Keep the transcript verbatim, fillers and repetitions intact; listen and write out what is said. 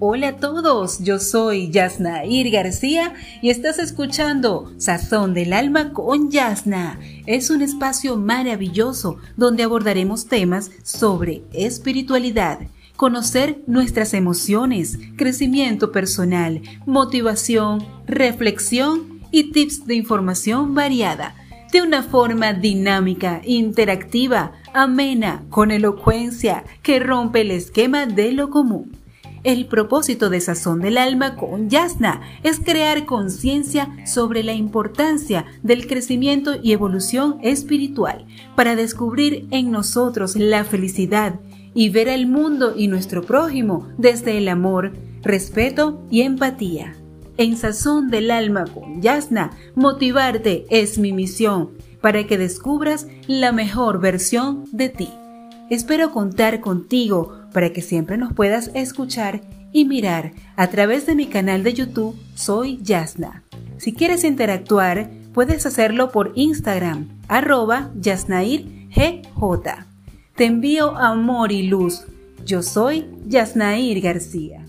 Hola a todos, yo soy Yasnair García y estás escuchando Sazón del Alma con Yasna. Es un espacio maravilloso donde abordaremos temas sobre espiritualidad, conocer nuestras emociones, crecimiento personal, motivación, reflexión y tips de información variada, de una forma dinámica, interactiva, amena, con elocuencia que rompe el esquema de lo común. El propósito de Sazón del Alma con Yasna es crear conciencia sobre la importancia del crecimiento y evolución espiritual para descubrir en nosotros la felicidad y ver al mundo y nuestro prójimo desde el amor, respeto y empatía. En Sazón del Alma con Yasna, motivarte es mi misión para que descubras la mejor versión de ti. Espero contar contigo para que siempre nos puedas escuchar y mirar a través de mi canal de YouTube Soy Yasna. Si quieres interactuar, puedes hacerlo por Instagram, arroba YasnairGJ. Te envío amor y luz. Yo soy Yasnair García.